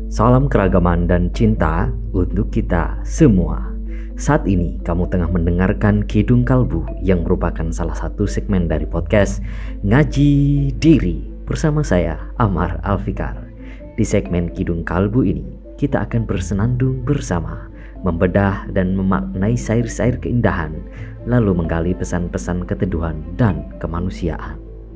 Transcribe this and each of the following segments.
Salam keragaman dan cinta untuk kita semua. Saat ini kamu tengah mendengarkan Kidung Kalbu yang merupakan salah satu segmen dari podcast Ngaji Diri bersama saya Amar Alfikar. Di segmen Kidung Kalbu ini kita akan bersenandung bersama, membedah dan memaknai syair-syair keindahan, lalu menggali pesan-pesan keteduhan dan kemanusiaan.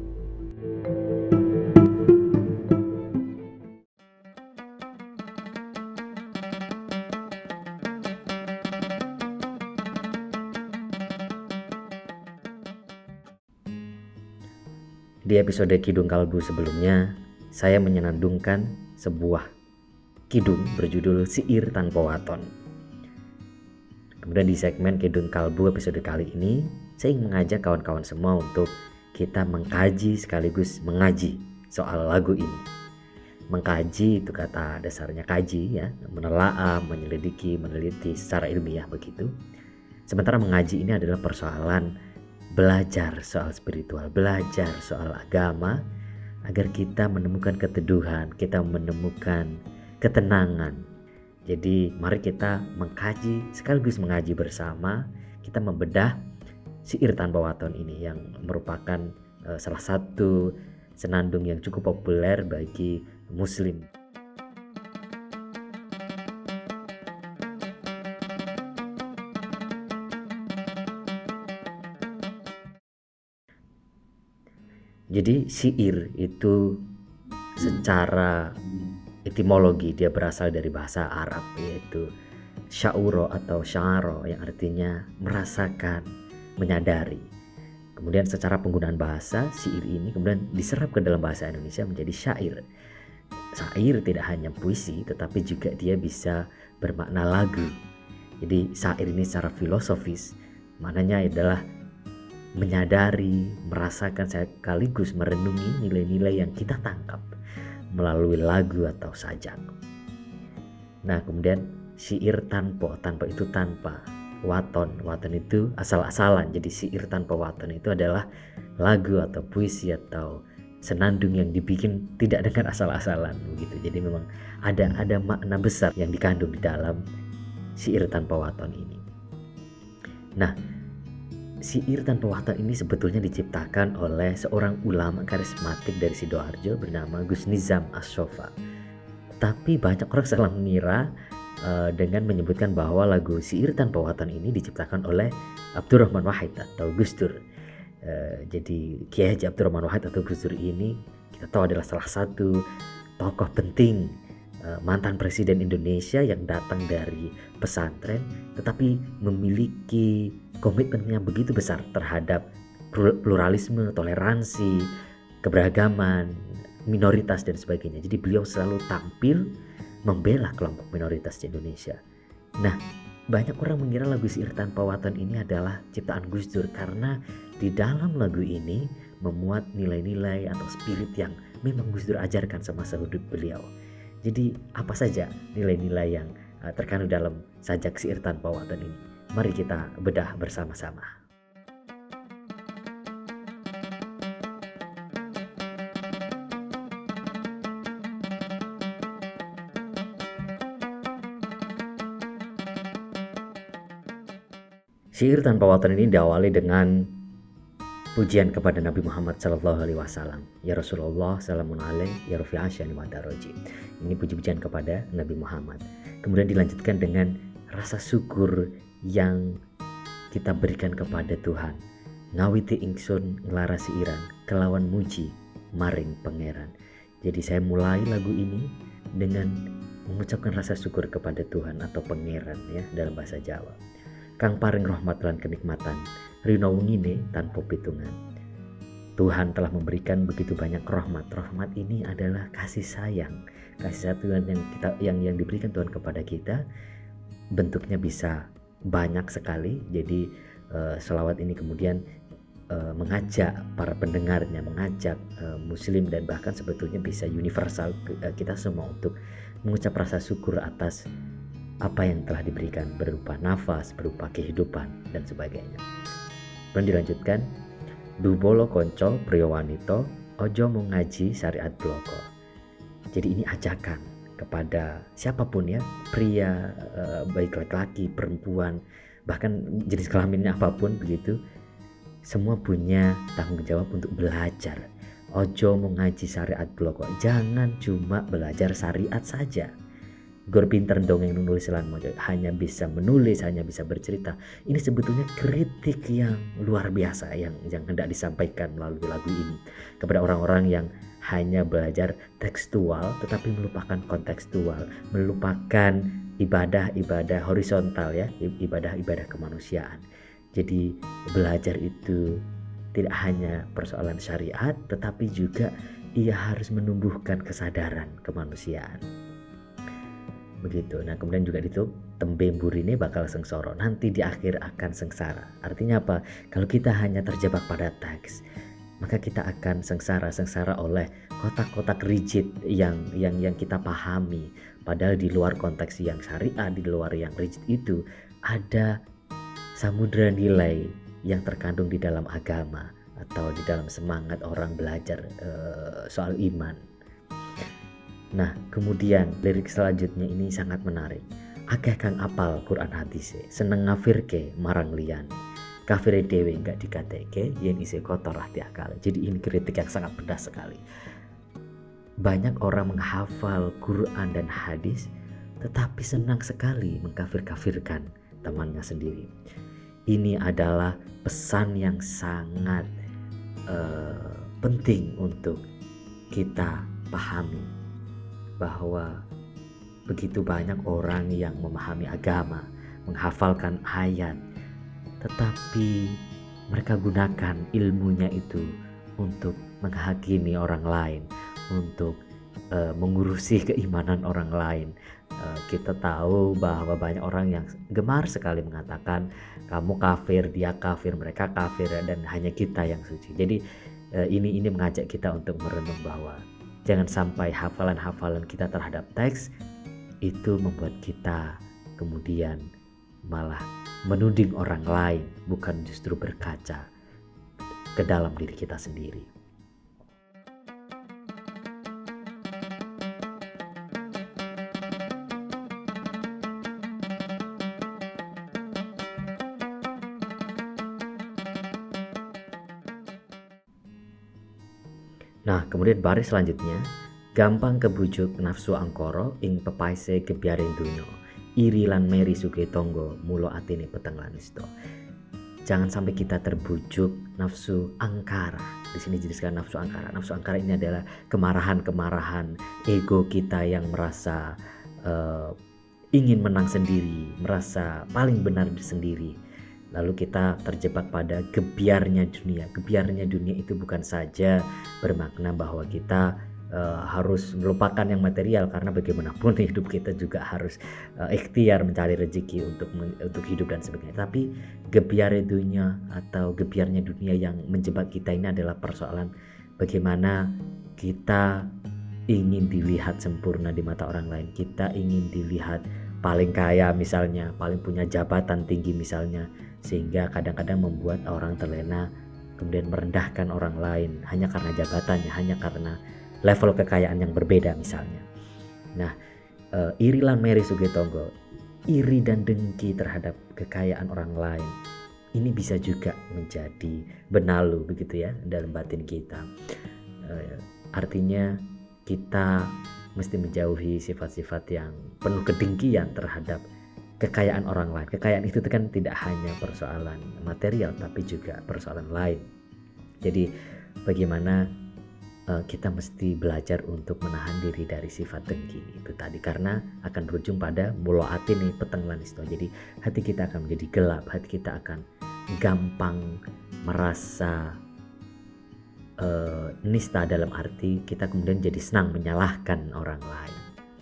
Di episode Kidung Kalbu sebelumnya, saya menyenandungkan sebuah kidung berjudul Syair Tanpa Waton. Kemudian di segmen Kidung Kalbu episode kali ini, saya ingin mengajak kawan-kawan semua untuk kita mengkaji sekaligus mengaji soal lagu ini. Mengkaji itu kata dasarnya kaji ya, menelaah, menyelidiki, meneliti secara ilmiah begitu. Sementara mengaji ini adalah persoalan belajar soal spiritual, belajar soal agama agar kita menemukan keteduhan, kita menemukan ketenangan. Jadi mari kita mengkaji sekaligus mengaji bersama, kita membedah Syair Tanpa Waton ini yang merupakan salah satu senandung yang cukup populer bagi muslim. Jadi syair itu secara etimologi dia berasal dari bahasa Arab, yaitu syauro atau syaro yang artinya merasakan, menyadari. Kemudian secara penggunaan bahasa, syair ini kemudian diserap ke dalam bahasa Indonesia menjadi syair. Syair tidak hanya puisi tetapi juga dia bisa bermakna lagu. Jadi syair ini secara filosofis maknanya adalah menyadari, merasakan sekaligus merenungi nilai-nilai yang kita tangkap melalui lagu atau sajak. Nah kemudian syair tanpa itu tanpa, waton itu asal-asalan. Jadi syair tanpa waton itu adalah lagu atau puisi atau senandung yang dibikin tidak dengan asal-asalan begitu. Jadi memang ada makna besar yang dikandung di dalam syair tanpa waton ini. Nah, Syair Tanpa Waton ini sebetulnya diciptakan oleh seorang ulama karismatik dari Sidoarjo bernama Gus Nizam As-Sofa. Tapi banyak orang salah mengira dengan menyebutkan bahwa lagu Syair Tanpa Waton ini diciptakan oleh Abdurrahman Wahid atau Gus Dur. Jadi Kiai Haji Abdurrahman Wahid atau Gus Dur ini kita tahu adalah salah satu tokoh penting, mantan presiden Indonesia yang datang dari pesantren tetapi memiliki komitmennya begitu besar terhadap pluralisme, toleransi, keberagaman, minoritas dan sebagainya. Jadi beliau selalu tampil membela kelompok minoritas di Indonesia. Nah, banyak orang mengira lagu Syair Tanpa Waton ini adalah ciptaan Gus Dur karena di dalam lagu ini memuat nilai-nilai atau spirit yang memang Gus Dur ajarkan semasa hidup beliau. Jadi apa saja nilai-nilai yang terkandung dalam sajak Syair Tanpa Waton ini? Mari kita bedah bersama-sama. Syair Tanpa Waton ini diawali dengan pujian kepada Nabi Muhammad SAW. Ya Rasulullah, salamun alaih, ya Rafi'a syani wa daraji. Ini puji-pujian kepada Nabi Muhammad. Kemudian dilanjutkan dengan rasa syukur yang kita berikan kepada Tuhan. Ngawiti ingsun nglarasi iran kelawan muji maring pangeran. Jadi saya mulai lagu ini dengan mengucapkan rasa syukur kepada Tuhan atau pangeran ya dalam bahasa Jawa. Kang paring rahmat lan kenikmatan rina wengine tanpa pitungan. Tuhan telah memberikan begitu banyak rahmat. Rahmat ini adalah kasih sayang, kasih sayang yang diberikan Tuhan kepada kita. Bentuknya bisa banyak sekali. Jadi selawat ini kemudian mengajak para pendengarnya, mengajak muslim dan bahkan sebetulnya bisa universal kita semua untuk mengucap rasa syukur atas apa yang telah diberikan berupa nafas, berupa kehidupan dan sebagainya. Dan dilanjutkan, Dubolo konco priyo wanito ojo mau ngaji syariat bloko. Jadi ini ajakan kepada siapapun ya, pria, baik laki-laki, perempuan, bahkan jenis kelaminnya apapun begitu, semua punya tanggung jawab untuk belajar. Ojo mau ngaji syariat bloko, jangan cuma belajar syariat saja. Gor pinter dongeng nulis lan mojo, hanya bisa menulis, hanya bisa bercerita. Ini sebetulnya kritik yang luar biasa yang hendak disampaikan melalui lagu ini kepada orang-orang yang hanya belajar tekstual tetapi melupakan kontekstual, melupakan ibadah-ibadah horizontal ya, ibadah-ibadah kemanusiaan. Jadi belajar itu tidak hanya persoalan syariat tetapi juga ia harus menumbuhkan kesadaran kemanusiaan. Begitu. Nah, kemudian juga itu tembe burine bakal sengsara, nanti di akhir akan sengsara. Artinya apa? Kalau kita hanya terjebak pada teks, maka kita akan sengsara oleh kotak-kotak rigid yang kita pahami. Padahal di luar konteks yang syariat, di luar yang rigid itu ada samudra nilai yang terkandung di dalam agama atau di dalam semangat orang belajar soal iman. Nah, kemudian lirik selanjutnya ini sangat menarik. Akeh kang apal Quran hadis, seneng ngafirke marang liyan. Kafir dewe enggak dikateke yen isi kotor hati akal. Jadi ini kritik yang sangat pedas sekali. Banyak orang menghafal Quran dan hadis tetapi senang sekali mengkafir-kafirkan temannya sendiri. Ini adalah pesan yang sangat penting untuk kita pahami, bahwa begitu banyak orang yang memahami agama, menghafalkan ayat, tetapi mereka gunakan ilmunya itu untuk menghakimi orang lain, untuk mengurusi keimanan orang lain. Kita tahu bahwa banyak orang yang gemar sekali mengatakan kamu kafir, dia kafir, mereka kafir, dan hanya kita yang suci. Jadi ini mengajak kita untuk merenung bahwa jangan sampai hafalan-hafalan kita terhadap teks itu membuat kita kemudian malah menuding orang lain, bukan justru berkaca ke dalam diri kita sendiri. Nah, kemudian baris selanjutnya, gampang kebujuk nafsu angkara ing pepaise gebyaring donya, iri lan meri suge tonggo mulo atine peteng lan nista. Jangan sampai kita terbujuk nafsu angkara. Di sini dijelaskan nafsu angkara. Nafsu angkara ini adalah kemarahan-kemarahan ego kita yang merasa ingin menang sendiri, merasa paling benar sendiri. Lalu kita terjebak pada gebyarnya dunia. Gebyarnya dunia itu bukan saja bermakna bahwa kita harus melupakan yang material, karena bagaimanapun hidup kita juga harus ikhtiar mencari rezeki untuk hidup dan sebagainya. Tapi gebyarnya dunia atau gebyarnya dunia yang menjebak kita ini adalah persoalan bagaimana kita ingin dilihat sempurna di mata orang lain. Kita ingin dilihat paling kaya misalnya, paling punya jabatan tinggi misalnya, sehingga kadang-kadang membuat orang terlena kemudian merendahkan orang lain hanya karena jabatannya, hanya karena level kekayaan yang berbeda misalnya. Nah, iri lan meri suge tonggo, iri dan dengki terhadap kekayaan orang lain, ini bisa juga menjadi benalu begitu ya dalam batin kita. Artinya kita mesti menjauhi sifat-sifat yang penuh kedengkian terhadap kekayaan orang lain. Kekayaan itu kan tidak hanya persoalan material tapi juga persoalan lain. Jadi bagaimana kita mesti belajar untuk menahan diri dari sifat dengki itu tadi, karena akan berujung pada mulo atine peteng lan nista. Jadi hati kita akan menjadi gelap, hati kita akan gampang merasa nista, dalam arti kita kemudian jadi senang menyalahkan orang lain.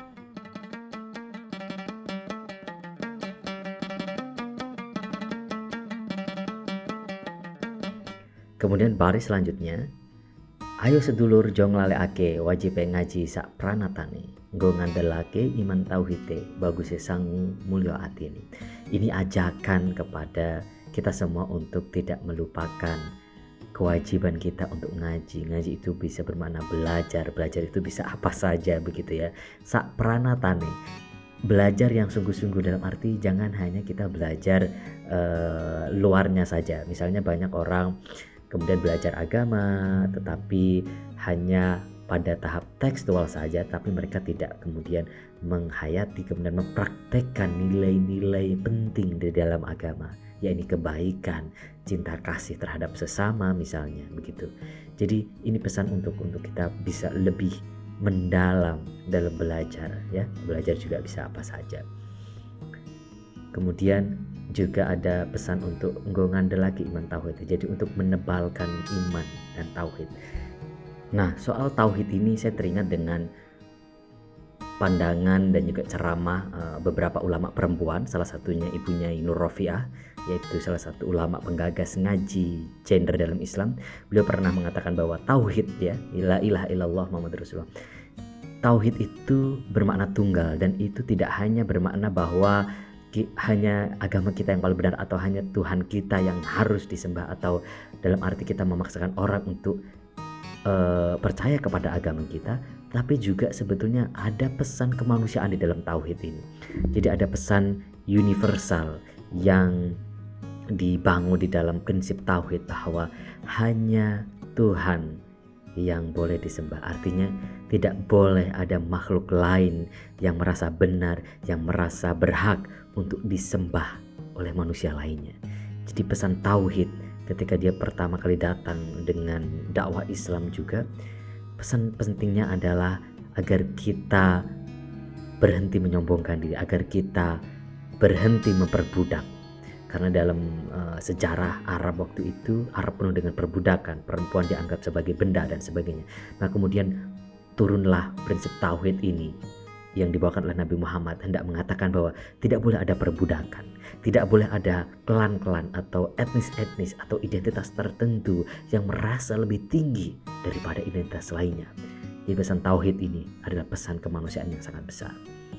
Kemudian baris selanjutnya, ayo sedulur jong lalekake wajib ngaji sak pranatane, nggo ngandelake iman tauhide baguse sangu mulya atine. Ini ajakan kepada kita semua untuk tidak melupakan kewajiban kita untuk ngaji. Ngaji itu bisa bermakna belajar itu bisa apa saja begitu ya. Sak pranatane, belajar yang sungguh-sungguh dalam arti jangan hanya kita belajar luarnya saja. Misalnya banyak orang kemudian belajar agama tetapi hanya pada tahap tekstual saja, tapi mereka tidak kemudian menghayati, kemudian mempraktekkan nilai-nilai penting di dalam agama, yakni kebaikan, cinta kasih terhadap sesama misalnya begitu. Jadi ini pesan untuk kita bisa lebih mendalam dalam belajar ya. Belajar juga bisa apa saja. Kemudian juga ada pesan untuk ngandel lagi iman tauhid. Jadi untuk menebalkan iman dan tauhid. Nah, soal tauhid ini saya teringat dengan pandangan dan juga ceramah beberapa ulama perempuan, salah satunya Ibu Nyai Nur Rofiah, yaitu salah satu ulama penggagas ngaji gender dalam Islam. Beliau pernah mengatakan bahwa tauhid ya, la ilaha illallah Muhammad Rasulullah. Tauhid itu bermakna tunggal, dan itu tidak hanya bermakna bahwa hanya agama kita yang paling benar atau hanya Tuhan kita yang harus disembah, atau dalam arti kita memaksakan orang untuk percaya kepada agama kita, tapi juga sebetulnya ada pesan kemanusiaan di dalam tauhid ini. Jadi ada pesan universal yang dibangun di dalam prinsip tauhid bahwa hanya Tuhan yang boleh disembah. Artinya tidak boleh ada makhluk lain yang merasa benar, yang merasa berhak untuk disembah oleh manusia lainnya. Jadi pesan tauhid ketika dia pertama kali datang dengan dakwah Islam juga, pesan pentingnya adalah agar kita berhenti menyombongkan diri, agar kita berhenti memperbudak. Karena dalam sejarah Arab waktu itu, Arab penuh dengan perbudakan, perempuan dianggap sebagai benda dan sebagainya. Nah kemudian turunlah prinsip tauhid ini yang dibawakan oleh Nabi Muhammad, hendak mengatakan bahwa tidak boleh ada perbudakan, tidak boleh ada klan-klan atau etnis-etnis atau identitas tertentu yang merasa lebih tinggi daripada identitas lainnya. Jadi pesan tauhid ini adalah pesan kemanusiaan yang sangat besar.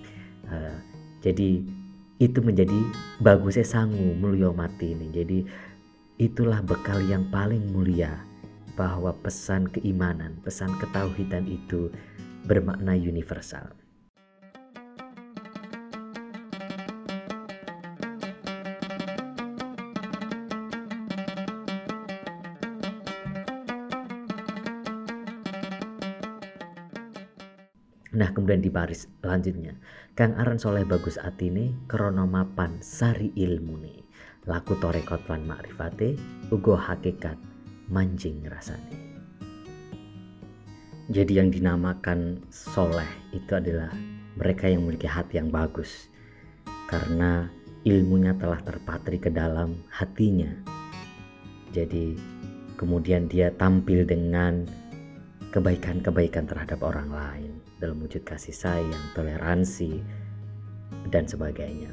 Jadi itu menjadi bagusnya sangu mulya mati ini. Jadi itulah bekal yang paling mulia, bahwa pesan keimanan, pesan ketauhidan itu bermakna universal. Nah kemudian di baris selanjutnya, Kang aran soleh bagus atine krono mapan sari ilmune, laku torekot lan makrifate ugo hakikat manjing rasane. Jadi yang dinamakan soleh itu adalah mereka yang memiliki hati yang bagus, karena ilmunya telah terpatri ke dalam hatinya. Jadi kemudian dia tampil dengan kebaikan-kebaikan terhadap orang lain dalam wujud kasih sayang, toleransi, dan sebagainya.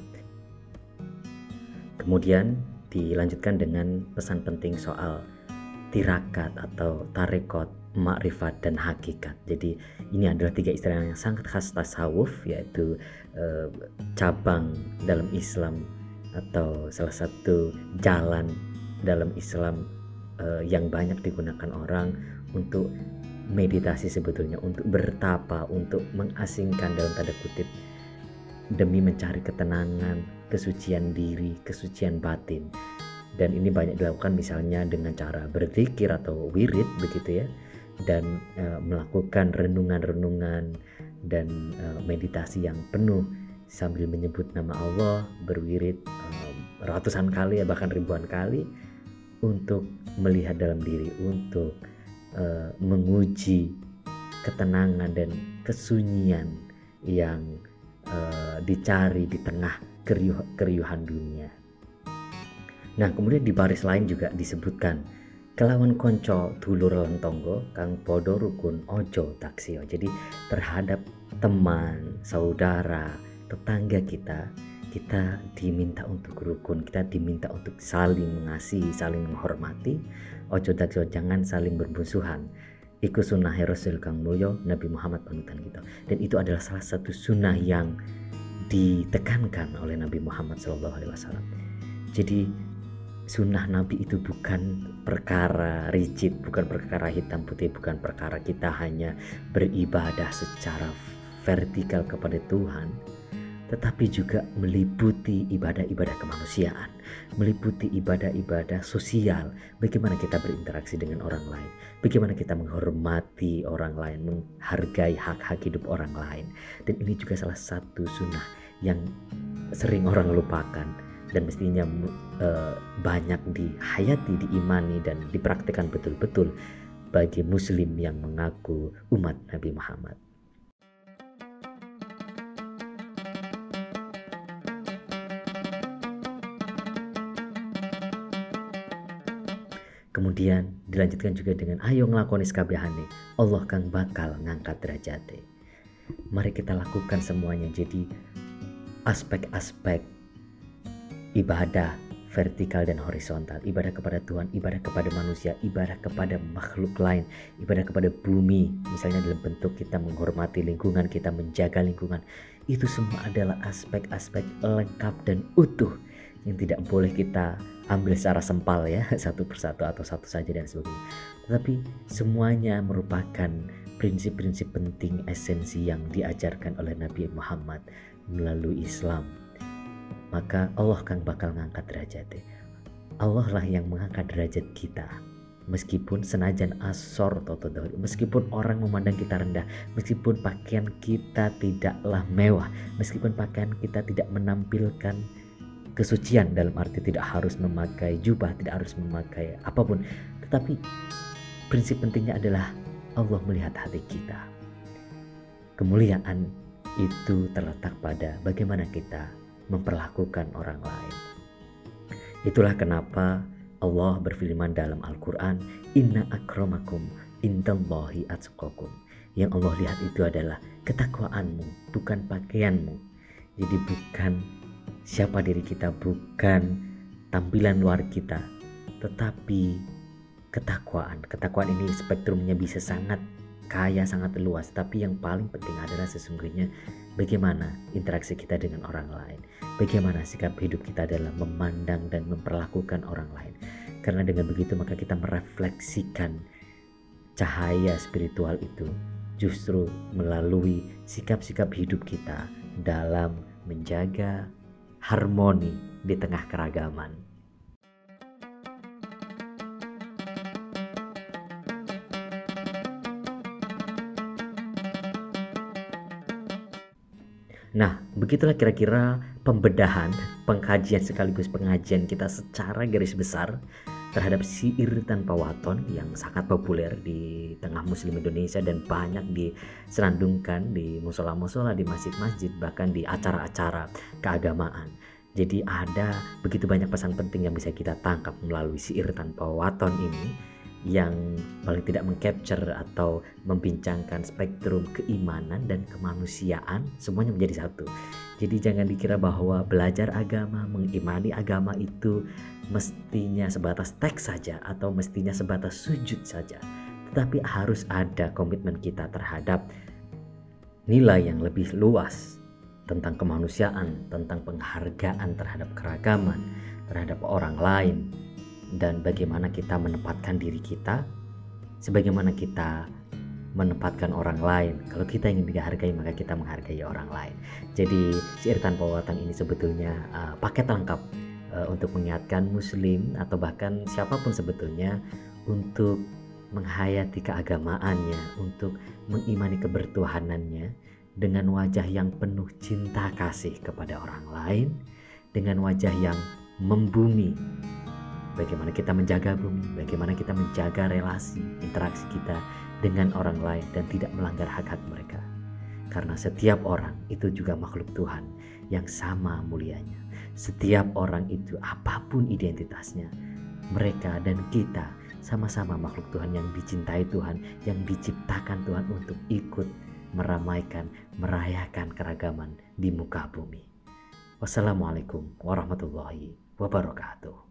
Kemudian dilanjutkan dengan pesan penting soal tirakat atau tarekot, makrifat, dan hakikat. Jadi ini adalah 3 istilah yang sangat khas tasawuf, yaitu cabang dalam Islam atau salah satu jalan dalam Islam yang banyak digunakan orang untuk meditasi, sebetulnya untuk bertapa, untuk mengasingkan dalam tanda kutip, demi mencari ketenangan, kesucian diri, kesucian batin. Dan ini banyak dilakukan misalnya dengan cara berzikir atau wirid begitu ya, dan melakukan renungan-renungan dan meditasi yang penuh sambil menyebut nama Allah, berwirid ratusan kali ya, bahkan ribuan kali, untuk melihat dalam diri, untuk menguji ketenangan dan kesunyian yang dicari di tengah keriuhan dunia. Nah kemudian di baris lain juga disebutkan kelawan konco dulur lan tangga kang padha rukun ojo taksio. Jadi terhadap teman, saudara, tetangga kita diminta untuk rukun, kita diminta untuk saling mengasihi, saling menghormati. Ojo taksio, jangan saling bermusuhan. Iku sunnah Rasul kang mulya Nabi Muhammad panutan kita. Dan itu adalah salah satu sunnah yang ditekankan oleh Nabi Muhammad SAW. Jadi sunnah Nabi itu bukan perkara rigid, bukan perkara hitam putih, bukan perkara kita hanya beribadah secara vertikal kepada Tuhan, tetapi juga meliputi ibadah-ibadah kemanusiaan, meliputi ibadah-ibadah sosial. Bagaimana kita berinteraksi dengan orang lain, bagaimana kita menghormati orang lain, menghargai hak-hak hidup orang lain. Dan ini juga salah satu sunnah yang sering orang lupakan dan mestinya banyak dihayati, diimani, dan dipraktikkan betul-betul bagi muslim yang mengaku umat Nabi Muhammad. Kemudian dilanjutkan juga dengan ayo nglakoni sakabehane, Allah kang bakal ngangkat derajate. Mari kita lakukan semuanya. Jadi aspek-aspek ibadah vertikal dan horizontal, ibadah kepada Tuhan, ibadah kepada manusia, ibadah kepada makhluk lain, ibadah kepada bumi, misalnya dalam bentuk kita menghormati lingkungan, kita menjaga lingkungan, itu semua adalah aspek-aspek lengkap dan utuh yang tidak boleh kita ambil secara sempal ya, satu persatu atau satu saja dan sebagainya. Tetapi semuanya merupakan prinsip-prinsip penting, esensi yang diajarkan oleh Nabi Muhammad melalui Islam. Maka Allah kan bakal ngangkat derajatnya. Allah lah yang mengangkat derajat kita. Meskipun senajan asor totodol, meskipun orang memandang kita rendah, meskipun pakaian kita tidaklah mewah, meskipun pakaian kita tidak menampilkan kesucian, dalam arti tidak harus memakai jubah, tidak harus memakai apapun, tetapi prinsip pentingnya adalah Allah melihat hati kita. Kemuliaan itu terletak pada bagaimana kita memperlakukan orang lain. Itulah kenapa Allah berfirman dalam Al-Quran, Inna akramakum indallahi atqakum. Yang Allah lihat itu adalah ketakwaanmu, bukan pakaianmu. Jadi bukan siapa diri kita, bukan tampilan luar kita, tetapi ketakwaan. Ketakwaan ini spektrumnya bisa sangat kaya, sangat luas, tapi yang paling penting adalah sesungguhnya bagaimana interaksi kita dengan orang lain, bagaimana sikap hidup kita dalam memandang dan memperlakukan orang lain. Karena dengan begitu maka kita merefleksikan cahaya spiritual itu justru melalui sikap-sikap hidup kita dalam menjaga harmoni di tengah keragaman. Nah, begitulah kira-kira pembedahan, pengkajian sekaligus pengajian kita secara garis besar terhadap syair tanpa waton yang sangat populer di tengah muslim Indonesia dan banyak diserandungkan di musola-musola, di masjid-masjid, bahkan di acara-acara keagamaan. Jadi ada begitu banyak pesan penting yang bisa kita tangkap melalui syair tanpa waton ini, yang paling tidak mengcapture atau membincangkan spektrum keimanan dan kemanusiaan semuanya menjadi satu. Jadi jangan dikira bahwa belajar agama, mengimani agama itu mestinya sebatas teks saja atau mestinya sebatas sujud saja. Tetapi harus ada komitmen kita terhadap nilai yang lebih luas tentang kemanusiaan, tentang penghargaan terhadap keragaman, terhadap orang lain, dan bagaimana kita menempatkan diri kita sebagaimana kita menempatkan orang lain. Kalau kita ingin dihargai maka kita menghargai orang lain. Jadi syair tanpa waton ini sebetulnya paket lengkap untuk mengingatkan muslim atau bahkan siapapun sebetulnya untuk menghayati keagamaannya, untuk mengimani kebertuhanannya dengan wajah yang penuh cinta kasih kepada orang lain, dengan wajah yang membumi bagaimana kita menjaga bumi, bagaimana kita menjaga relasi, interaksi kita dengan orang lain dan tidak melanggar hak-hak mereka. Karena setiap orang itu juga makhluk Tuhan yang sama mulianya. Setiap orang itu apapun identitasnya, mereka dan kita sama-sama makhluk Tuhan yang dicintai Tuhan, yang diciptakan Tuhan untuk ikut meramaikan, merayakan keragaman di muka bumi. Wassalamualaikum warahmatullahi wabarakatuh.